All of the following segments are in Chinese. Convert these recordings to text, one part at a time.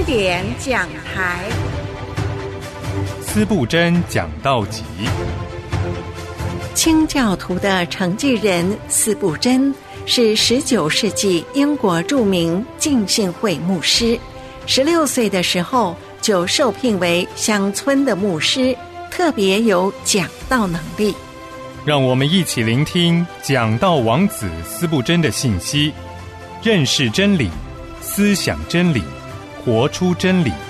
典讲台， 司布真讲道集。 清教徒的承继人司布真是19世纪英国著名浸信会牧师，16岁的时候就受聘为乡村的牧师，特别有讲道能力。 让我们一起聆听讲道王子司布真的信息，认识真理，思想真理，活出真理。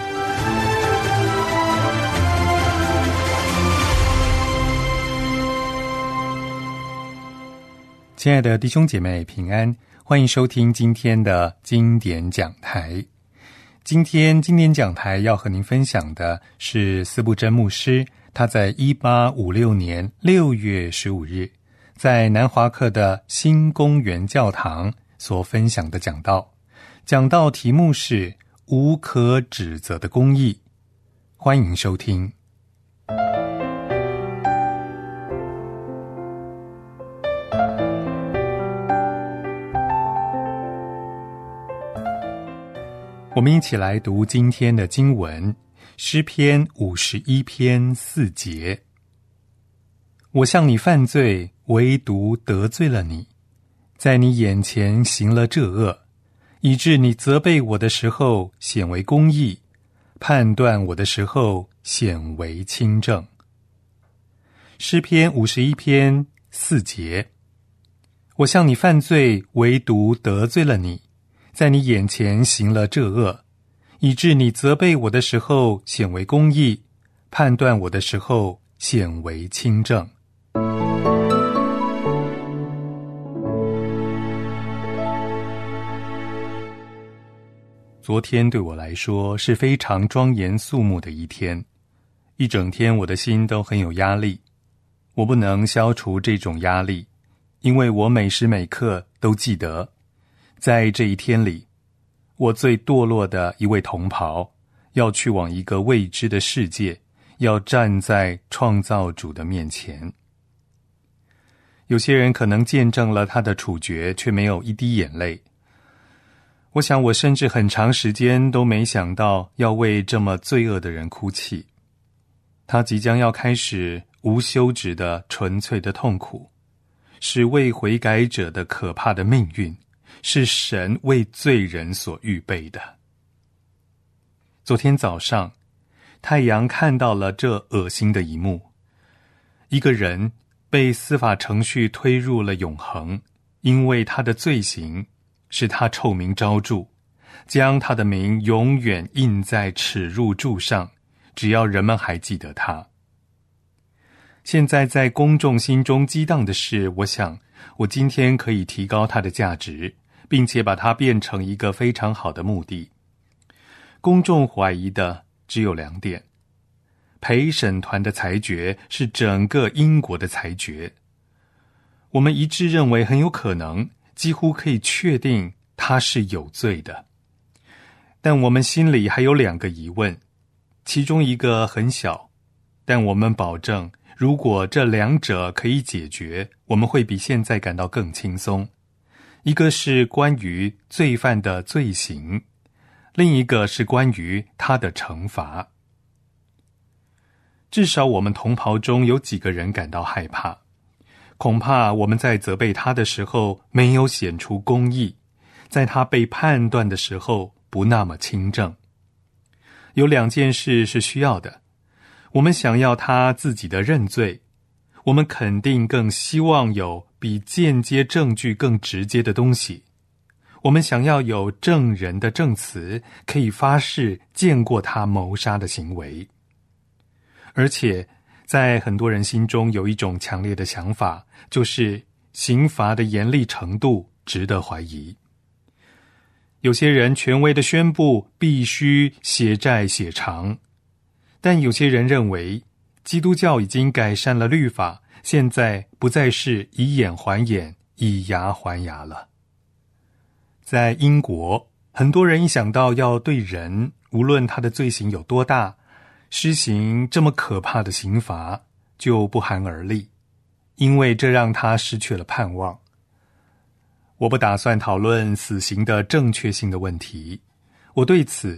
亲爱的弟兄姐妹平安，欢迎收听今天的经典讲台。今天经典讲台要和您分享的是司布真牧师他在1856年6月15日在南华克的新公园教堂所分享的讲道。讲道题目是无可指责的公义。欢迎收听。我们一起来读今天的经文，诗篇51篇4节。我向你犯罪，唯独得罪了你，在你眼前行了这恶，以致你责备我的时候显为公义，判断我的时候显为清正。诗篇51篇4节。我向你犯罪，唯独得罪了你，在你眼前行了这恶，以致你责备我的时候显为公义，判断我的时候显为清正。昨天对我来说是非常庄严肃穆的一天，一整天我的心都很有压力。我不能消除这种压力，因为我每时每刻都记得，在这一天里，我最堕落的一位同袍要去往一个未知的世界，要站在创造主的面前。有些人可能见证了他的处决，却没有一滴眼泪。我想我甚至很长时间都没想到要为这么罪恶的人哭泣。他即将要开始无休止的纯粹的痛苦，是为悔改者的可怕的命运，是神为罪人所预备的。昨天早上，太阳看到了这恶心的一幕，一个人被司法程序推入了永恒，因为他的罪行使他臭名昭著，将他的名永远印在耻辱柱上，只要人们还记得他。现在在公众心中激荡的是，我想我今天可以提高他的价值，并且把它变成一个非常好的目的。公众怀疑的只有2点。陪审团的裁决是整个英国的裁决。我们一致认为很有可能，几乎可以确定他是有罪的。但我们心里还有2个疑问，其中一个很小，但我们保证，如果这2者可以解决，我们会比现在感到更轻松。一个是关于罪犯的罪行，另一个是关于他的惩罚。至少我们同袍中有几个人感到害怕，恐怕我们在责备他的时候没有显出公义，在他被判断的时候不那么清正。有2件事是需要的，我们想要他自己的认罪，我们肯定更希望有比间接证据更直接的东西。我们想要有证人的证词，可以发誓见过他谋杀的行为。而且在很多人心中有一种强烈的想法，就是刑罚的严厉程度值得怀疑。有些人权威地宣布必须血债血偿，但有些人认为基督教已经改善了律法，现在不再是以眼还眼，以牙还牙了。在英国，很多人一想到要对人，无论他的罪行有多大，施行这么可怕的刑罚，就不寒而栗，因为这让他失去了盼望。我不打算讨论死刑的正确性的问题，我对此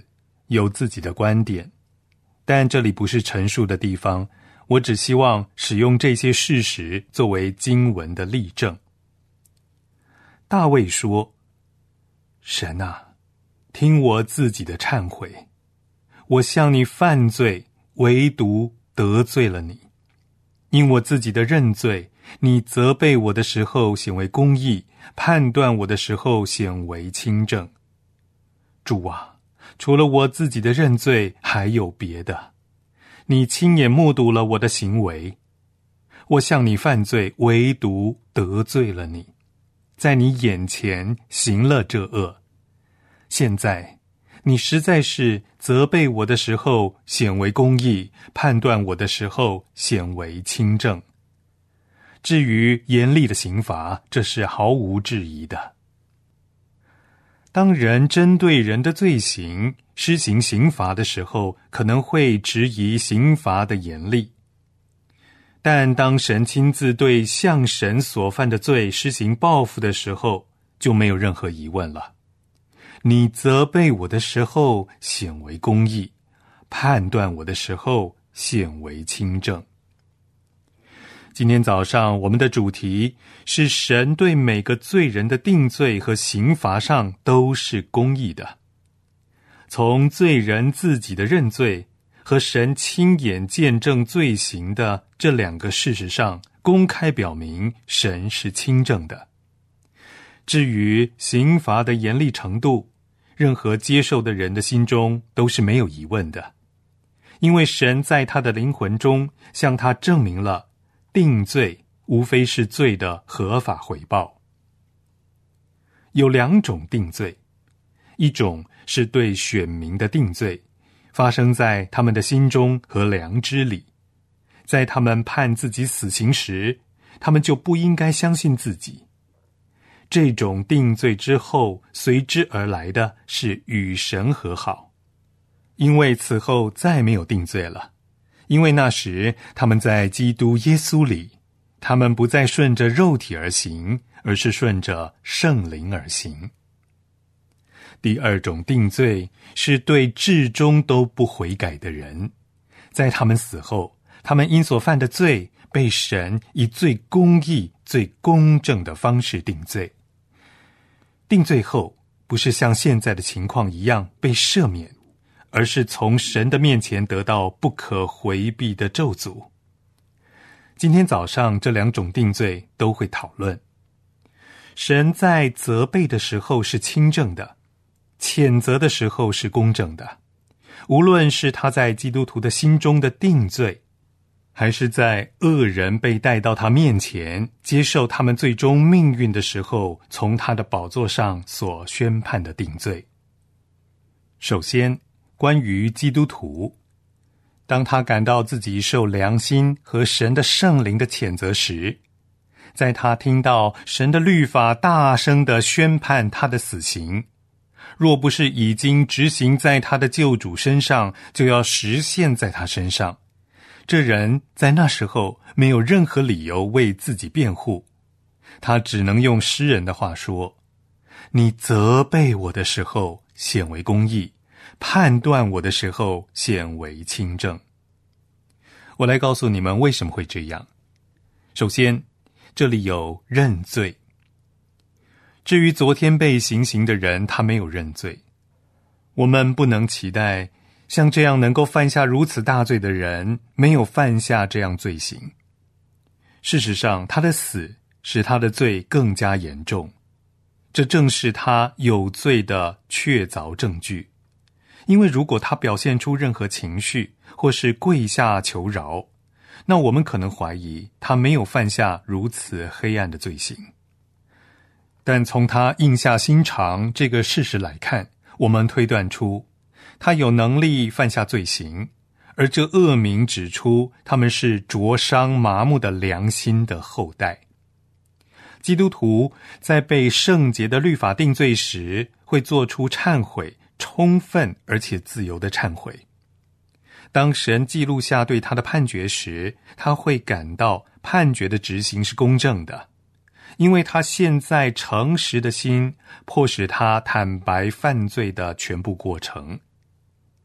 有自己的观点，但这里不是陈述的地方，我只希望使用这些事实作为经文的例证。大卫说：神啊，听我自己的忏悔，我向你犯罪，唯独得罪了你。因我自己的认罪，你责备我的时候显为公义，判断我的时候显为清正。主啊，除了我自己的认罪，还有别的。你亲眼目睹了我的行为，我向你犯罪，唯独得罪了你，在你眼前行了这恶。现在你实在是责备我的时候显为公义，判断我的时候显为清正。至于严厉的刑罚，这是毫无质疑的。当人针对人的罪行施行刑罚的时候，可能会质疑刑罚的严厉。但当神亲自对向神所犯的罪施行报复的时候，就没有任何疑问了。你责备我的时候显为公义，判断我的时候显为清正。今天早上我们的主题是神对每个罪人的定罪和刑罚上都是公义的。从罪人自己的认罪和神亲眼见证罪行的这两个事实上，公开表明神是清正的。至于刑罚的严厉程度，任何接受的人的心中都是没有疑问的，因为神在他的灵魂中向他证明了定罪无非是罪的合法回报。有两种定罪，一种是对选民的定罪，发生在他们的心中和良知里，在他们判自己死刑时，他们就不应该相信自己。这种定罪之后随之而来的是与神和好，因为此后再没有定罪了，因为那时他们在基督耶稣里，他们不再顺着肉体而行，而是顺着圣灵而行。第二种定罪是对至终都不悔改的人，在他们死后，他们因所犯的罪被神以最公义、最公正的方式定罪。定罪后不是像现在的情况一样被赦免，而是从神的面前得到不可回避的咒诅。今天早上这两种定罪都会讨论。神在责备的时候是清正的，谴责的时候是公正的。无论是他在基督徒的心中的定罪，还是在恶人被带到他面前接受他们最终命运的时候，从他的宝座上所宣判的定罪。首先，关于基督徒，当他感到自己受良心和神的圣灵的谴责时，在他听到神的律法大声地宣判他的死刑，若不是已经执行在他的救主身上，就要实现在他身上。这人在那时候没有任何理由为自己辩护，他只能用诗人的话说：你责备我的时候显为公义，判断我的时候显为清正。我来告诉你们为什么会这样。首先，这里有认罪。至于昨天被行刑的人，他没有认罪。我们不能期待像这样能够犯下如此大罪的人没有犯下这样罪行。事实上，他的死使他的罪更加严重，这正是他有罪的确凿证据。因为如果他表现出任何情绪，或是跪下求饶，那我们可能怀疑他没有犯下如此黑暗的罪行。但从他硬下心肠这个事实来看，我们推断出他有能力犯下罪行，而这恶名指出他们是灼伤麻木的良心的后代。基督徒在被圣洁的律法定罪时，会做出忏悔，充分而且自由的忏悔。当神记录下对他的判决时，他会感到判决的执行是公正的，因为他现在诚实的心迫使他坦白犯罪的全部过程。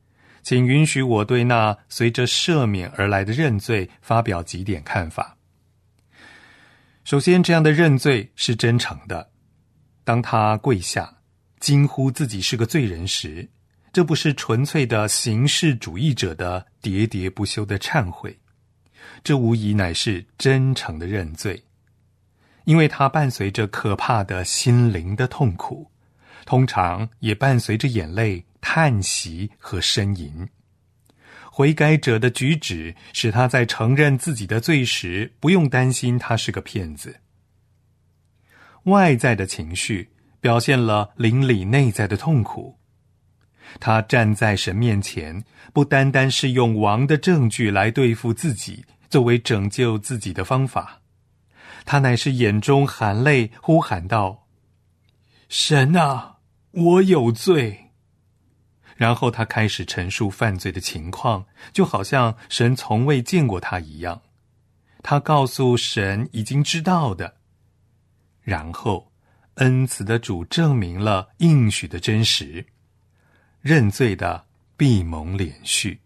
请允许我对那随着赦免而来的认罪发表几点看法。首先，这样的认罪是真诚的。当他跪下，惊呼自己是个罪人时，这不是纯粹的形式主义者的喋喋不休的忏悔，这无疑乃是真诚的认罪，因为它伴随着可怕的心灵的痛苦，通常也伴随着眼泪、叹息和呻吟。悔改者的举止使他在承认自己的罪时不用担心他是个骗子。外在的情绪表现了邻里内在的痛苦。他站在神面前，不单单是用王的证据来对付自己，作为拯救自己的方法，他乃是眼中含泪呼喊道：神啊，我有罪。然后他开始陈述犯罪的情况，就好像神从未见过他一样。他告诉神已经知道的。然后恩慈的主证明了应许的真实，认罪的必蒙怜恤。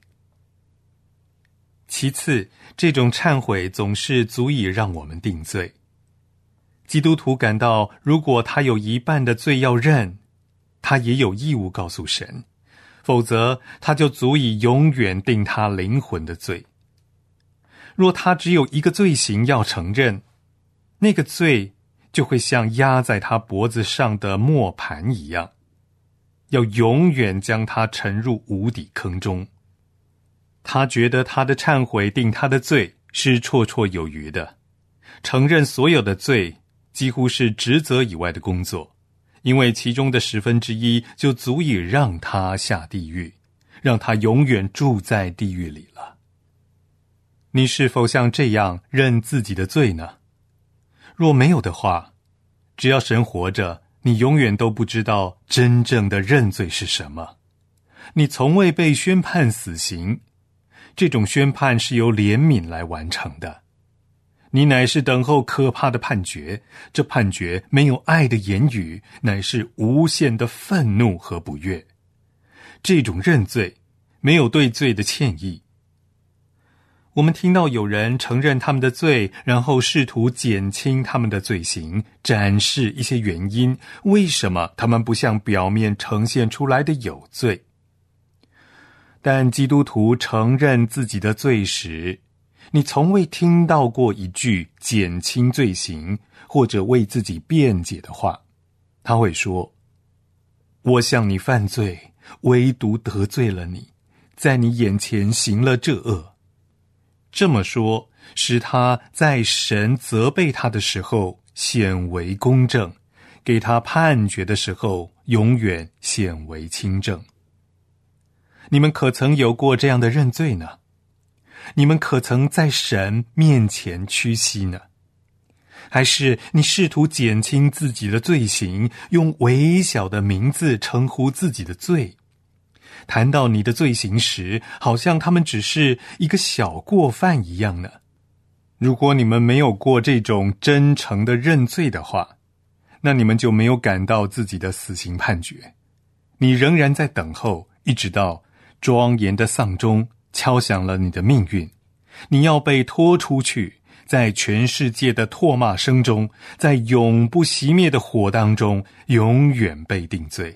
其次，这种忏悔总是足以让我们定罪。基督徒感到，如果他有一半的罪要认，他也有义务告诉神，否则他就足以永远定他灵魂的罪。若他只有一个罪行要承认，那个罪就会像压在他脖子上的磨盘一样，要永远将他沉入无底坑中。他觉得他的忏悔定他的罪是绰绰有余的，承认所有的罪几乎是职责以外的工作，因为其中的1/10就足以让他下地狱，让他永远住在地狱里了。你是否像这样认自己的罪呢？若没有的话，只要神活着，你永远都不知道真正的认罪是什么。你从未被宣判死刑，这种宣判是由怜悯来完成的。你乃是等候可怕的判决，这判决没有爱的言语，乃是无限的愤怒和不悦。这种认罪没有对罪的歉意。我们听到有人承认他们的罪，然后试图减轻他们的罪行，展示一些原因，为什么他们不像表面呈现出来的有罪。但基督徒承认自己的罪时，你从未听到过一句减轻罪行或者为自己辩解的话。他会说：我向你犯罪，唯独得罪了你，在你眼前行了这恶。这么说，使他在神责备他的时候显为公正，给他判决的时候永远显为清正。你们可曾有过这样的认罪呢？你们可曾在神面前屈膝呢？还是你试图减轻自己的罪行，用微小的名字称呼自己的罪？谈到你的罪行时，好像他们只是一个小过犯一样呢。如果你们没有过这种真诚的认罪的话，那你们就没有感到自己的死刑判决。你仍然在等候，一直到庄严的丧钟敲响了你的命运，你要被拖出去，在全世界的唾骂声中，在永不熄灭的火当中，永远被定罪。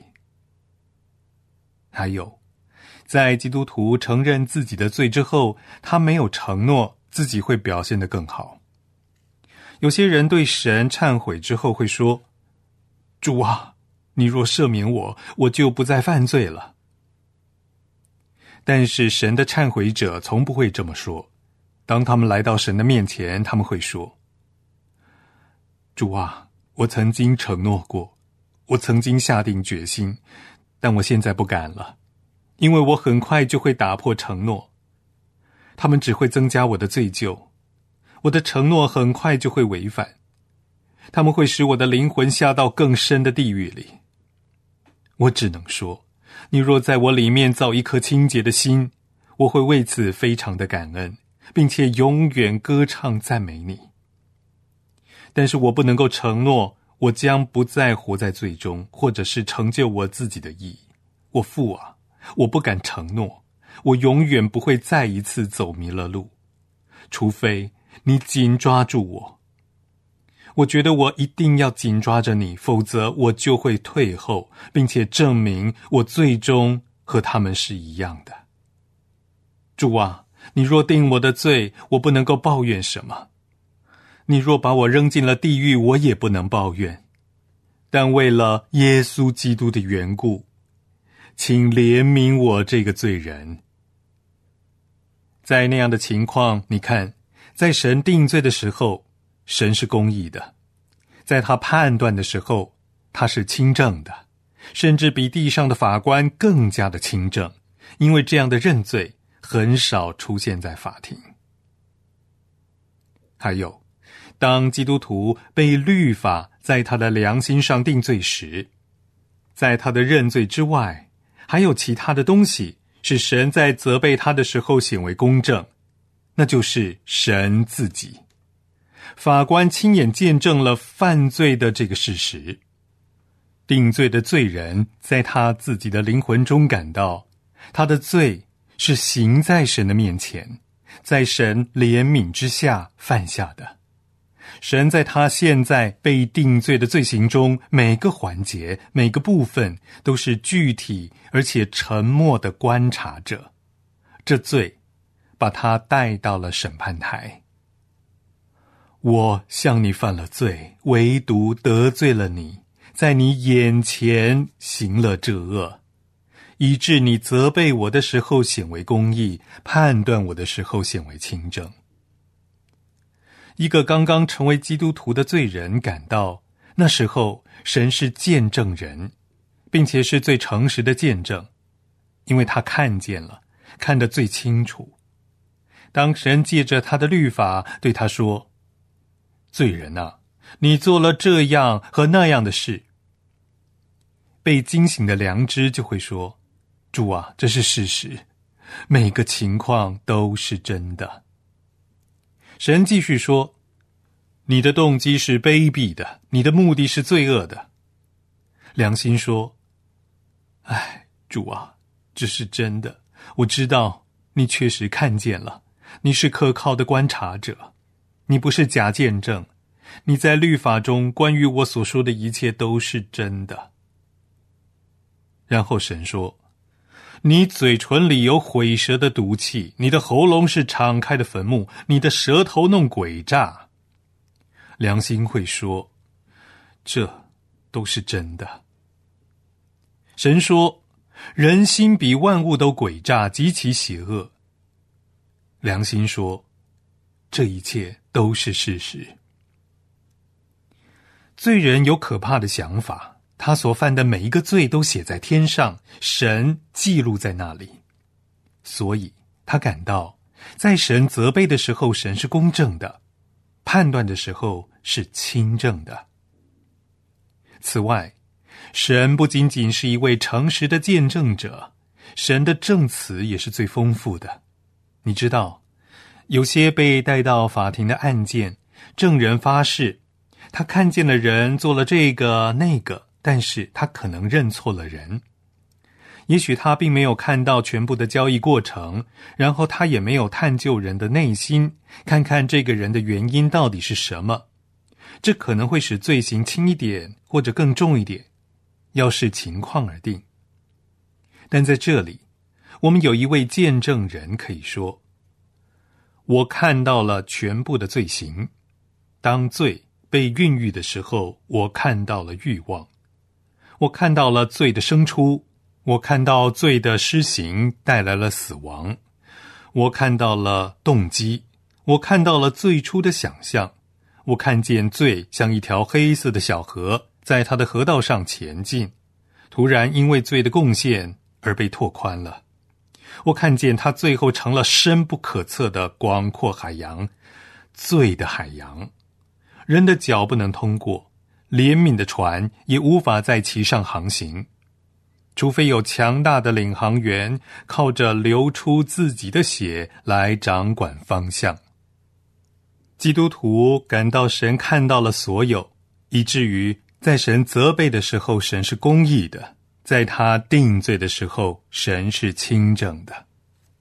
还有，在基督徒承认自己的罪之后，他没有承诺自己会表现得更好。有些人对神忏悔之后会说：主啊，你若赦免我，我就不再犯罪了。但是神的忏悔者从不会这么说。当他们来到神的面前，他们会说：主啊，我曾经承诺过，我曾经下定决心，但我现在不敢了，因为我很快就会打破承诺。他们只会增加我的罪疚，我的承诺很快就会违反，他们会使我的灵魂下到更深的地狱里。我只能说，你若在我里面造一颗清洁的心，我会为此非常的感恩，并且永远歌唱赞美你。但是我不能够承诺我将不再活在罪中，或者是成就我自己的义。我父啊，我不敢承诺， 我永远不会再一次走迷了路，除非你紧抓住我。我觉得我一定要紧抓着你，否则我就会退后，并且证明我最终和他们是一样的。主啊，你若定我的罪，我不能够抱怨什么；你若把我扔进了地狱，我也不能抱怨。但为了耶稣基督的缘故，请怜悯我这个罪人。在那样的情况，你看，在神定罪的时候，神是公义的；在他判断的时候，他是清正的，甚至比地上的法官更加的清正，因为这样的认罪很少出现在法庭。还有，当基督徒被律法在他的良心上定罪时，在他的认罪之外，还有其他的东西是神在责备他的时候显为公正，那就是神自己。法官亲眼见证了犯罪的这个事实，定罪的罪人在他自己的灵魂中感到，他的罪是行在神的面前，在神怜悯之下犯下的。神在他现在被定罪的罪行中，每个环节、每个部分都是具体而且沉默的观察者。这罪把他带到了审判台。我向你犯了罪，唯独得罪了你，在你眼前行了这恶，以致你责备我的时候显为公义，判断我的时候显为清正。一个刚刚成为基督徒的罪人感到，那时候神是见证人，并且是最诚实的见证，因为他看见了，看得最清楚。当神借着他的律法对他说，罪人啊，你做了这样和那样的事，被惊醒的良知就会说，主啊，这是事实，每个情况都是真的。神继续说，你的动机是卑鄙的，你的目的是罪恶的。良心说，主啊，这是真的，我知道你确实看见了，你是可靠的观察者，你不是假见证，你在律法中关于我所说的一切都是真的。然后神说，你嘴唇里有毁舌的毒气，你的喉咙是敞开的坟墓，你的舌头弄诡诈。良心会说，这都是真的。神说，人心比万物都诡诈，极其邪恶。良心说，这一切都是事实。罪人有可怕的想法，他所犯的每一个罪都写在天上，神记录在那里。所以他感到，在神责备的时候，神是公正的，判断的时候是清正的。此外，神不仅仅是一位诚实的见证者，神的证词也是最丰富的。你知道，有些被带到法庭的案件，证人发誓，他看见了人做了这个那个，但是他可能认错了人。也许他并没有看到全部的交易过程，然后他也没有探究人的内心，看看这个人的原因到底是什么。这可能会使罪行轻一点，或者更重一点，要视情况而定。但在这里，我们有一位见证人可以说，我看到了全部的罪行。当罪被孕育的时候，我看到了欲望，我看到了罪的生出，我看到罪的施行带来了死亡，我看到了动机，我看到了最初的想象，我看见罪像一条黑色的小河，在它的河道上前进，突然因为罪的贡献而被拓宽了。我看见它最后成了深不可测的广阔海洋，罪的海洋，人的脚不能通过，怜悯的船也无法在其上航行，除非有强大的领航员靠着流出自己的血来掌管方向。基督徒感到神看到了所有，以至于在神责备的时候，神是公义的；在他定罪的时候，神是清正的。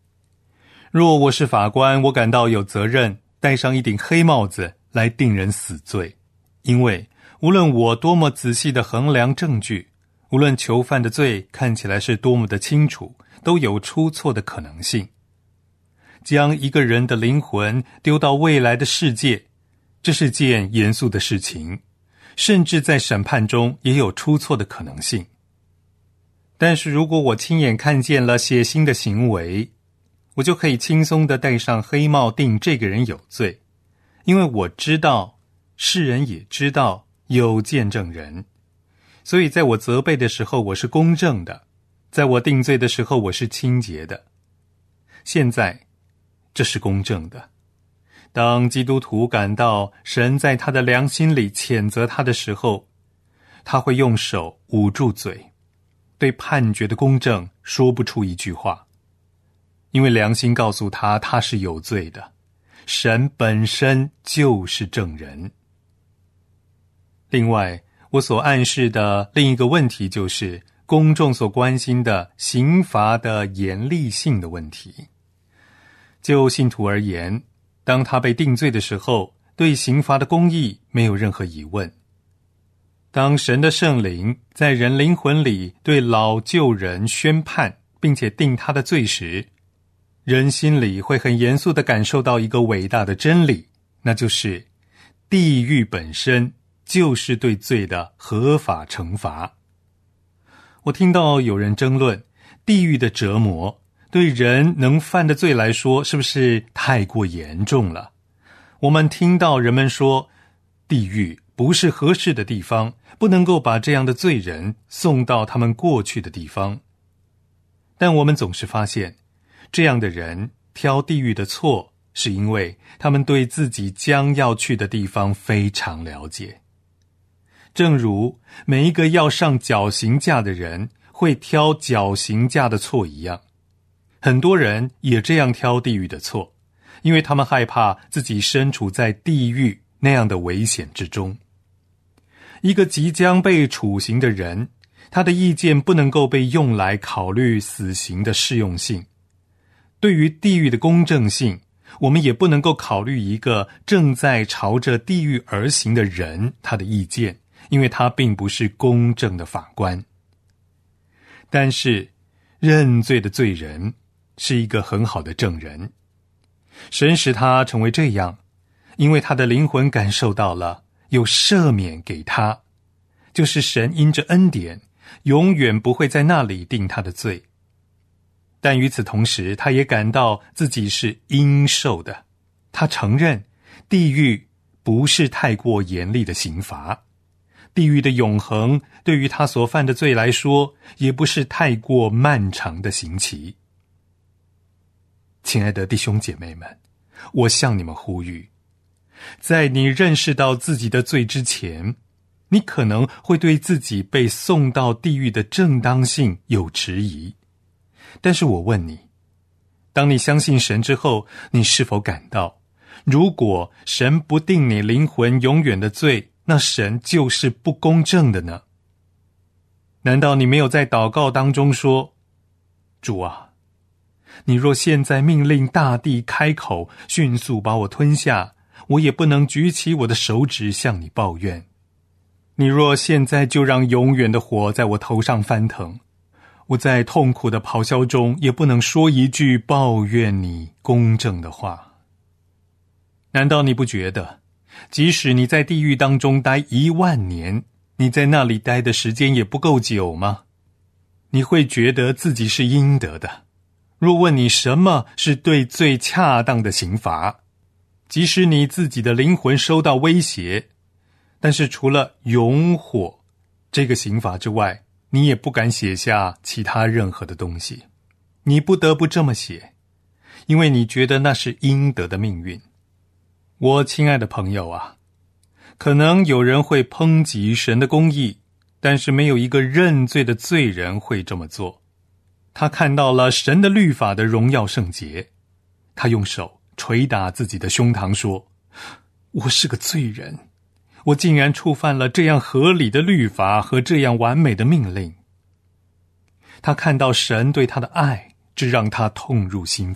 若我是法官，我感到有责任戴上一顶黑帽子来定人死罪，因为无论我多么仔细地衡量证据，无论囚犯的罪看起来是多么的清楚，都有出错的可能性。将一个人的灵魂丢到未来的世界，这是件严肃的事情，甚至在审判中也有出错的可能性。但是如果我亲眼看见了血腥的行为，我就可以轻松地戴上黑帽定这个人有罪，因为我知道，世人也知道，有见证人。所以在我责备的时候我是公正的，在我定罪的时候我是清洁的。现在这是公正的。当基督徒感到神在他的良心里谴责他的时候，他会用手捂住嘴，对判决的公正说不出一句话，因为良心告诉他他是有罪的，神本身就是证人。另外，我所暗示的另一个问题就是公众所关心的刑罚的严厉性的问题。就信徒而言，当他被定罪的时候，对刑罚的公义没有任何疑问。当神的圣灵在人灵魂里对老旧人宣判，并且定他的罪时，人心里会很严肃地感受到一个伟大的真理，那就是地狱本身就是对罪的合法惩罚。我听到有人争论，地狱的折磨对人能犯的罪来说是不是太过严重了？我们听到人们说，地狱不是合适的地方，不能够把这样的罪人送到他们过去的地方。但我们总是发现，这样的人挑地狱的错，是因为他们对自己将要去的地方非常了解。正如每一个要上绞刑架的人会挑绞刑架的错一样，很多人也这样挑地狱的错，因为他们害怕自己身处在地狱那样的危险之中。一个即将被处刑的人，他的意见不能够被用来考虑死刑的适用性。对于地狱的公正性，我们也不能够考虑一个正在朝着地狱而行的人他的意见，因为他并不是公正的法官。但是认罪的罪人是一个很好的证人，神使他成为这样，因为他的灵魂感受到了有赦免给他，就是神因着恩典永远不会在那里定他的罪。但与此同时，他也感到自己是应受的，他承认地狱不是太过严厉的刑罚，地狱的永恒对于他所犯的罪来说，也不是太过漫长的刑期。亲爱的弟兄姐妹们，我向你们呼吁，在你认识到自己的罪之前，你可能会对自己被送到地狱的正当性有质疑。但是我问你，当你相信神之后，你是否感到，如果神不定你灵魂永远的罪，那神就是不公正的呢？难道你没有在祷告当中说，主啊，你若现在命令大地开口，迅速把我吞下，我也不能举起我的手指向你抱怨。你若现在就让永远的火在我头上翻腾，我在痛苦的咆哮中也不能说一句抱怨你公正的话。难道你不觉得，即使你在地狱当中待10000年，你在那里待的时间也不够久吗？你会觉得自己是应得的。若问你什么是对最恰当的刑罚，即使你自己的灵魂受到威胁，但是除了永火这个刑罚之外，你也不敢写下其他任何的东西。你不得不这么写，因为你觉得那是应得的命运。我亲爱的朋友啊，可能有人会抨击神的公义，但是没有一个认罪的罪人会这么做。他看到了神的律法的荣耀圣洁，他用手捶打自己的胸膛说，我是个罪人，我竟然触犯了这样合理的律法和这样完美的命令。他看到神对他的爱，这让他痛入心扉，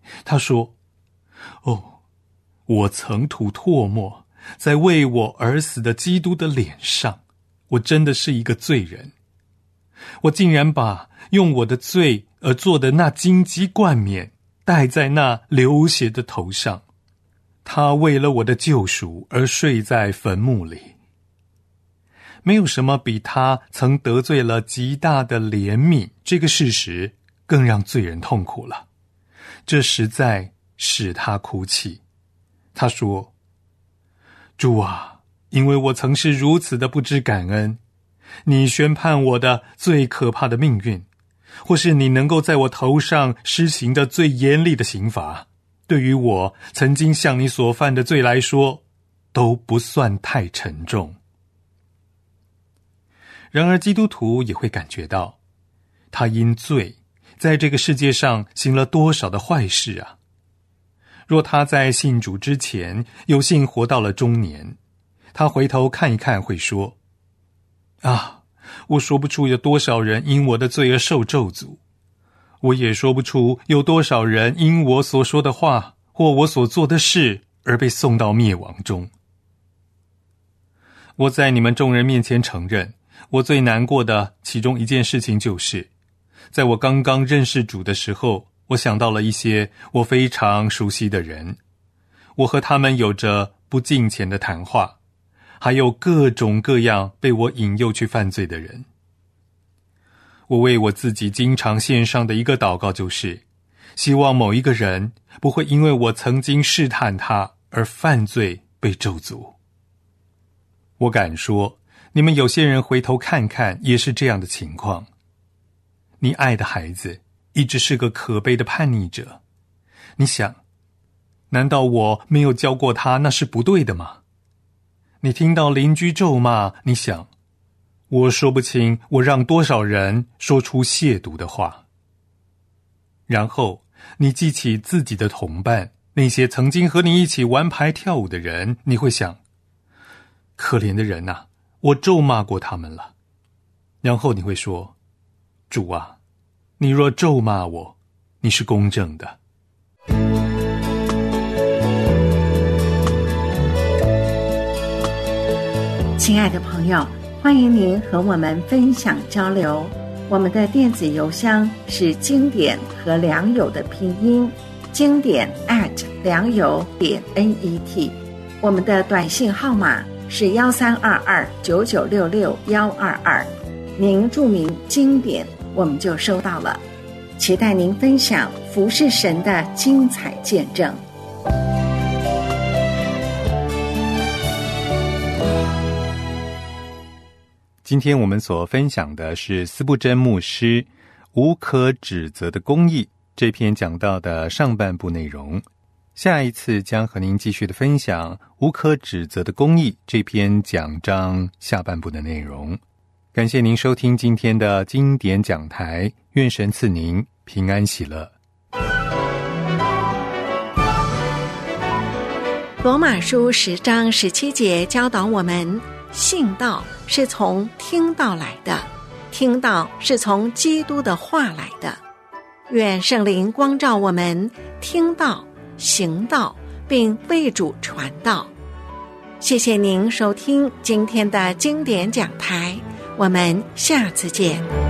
他说：哦，我曾吐唾沫在为我而死的基督的脸上，我真的是一个罪人。我竟然把用我的罪而做的那荆棘冠冕戴在那流血的头上。他为了我的救赎而睡在坟墓里。没有什么比他曾得罪了极大的怜悯这个事实更让罪人痛苦了。这实在使他哭泣。他说：主啊，因为我曾是如此的不知感恩，你宣判我的最可怕的命运，或是你能够在我头上施行的最严厉的刑罚，对于我曾经向你所犯的罪来说，都不算太沉重。然而基督徒也会感觉到，他因罪在这个世界上行了多少的坏事啊！若他在信主之前有幸活到了中年，他回头看一看会说：啊，我说不出有多少人因我的罪而受咒诅，我也说不出有多少人因我所说的话或我所做的事而被送到灭亡中。我在你们众人面前承认，我最难过的其中一件事情就是，在我刚刚认识主的时候，我想到了一些我非常熟悉的人，我和他们有着不敬虔的谈话，还有各种各样被我引诱去犯罪的人。我为我自己经常献上的一个祷告就是，希望某一个人不会因为我曾经试探他而犯罪被咒诅。我敢说，你们有些人回头看看也是这样的情况。你爱的孩子一直是个可悲的叛逆者，你想，难道我没有教过他那是不对的吗？你听到邻居咒骂，你想，我说不清我让多少人说出亵渎的话。然后你记起自己的同伴，那些曾经和你一起玩牌跳舞的人，你会想，可怜的人啊，我咒骂过他们了。然后你会说，主啊，你若咒骂我，你是公正的。 亲爱的朋友，欢迎您和我们分享交流。我们的电子邮箱是经典和良友的拼音，经典良友.net。我们的短信号码是132299662122，您注明经典，我们就收到了。期待您分享服侍神的精彩见证。 今天我们所分享的是司布真牧师无可指责的公义这篇讲到的上半部内容。下一次将和您继续的分享无可指责的公义这篇讲章下半部的内容。感谢您收听今天的经典讲台，愿神赐您平安喜乐。 罗马书10章17节教导我们，信道是从听道来的，听道是从基督的话来的。愿圣灵光照我们，听道、行道，并为主传道。谢谢您收听今天的经典讲台，我们下次见。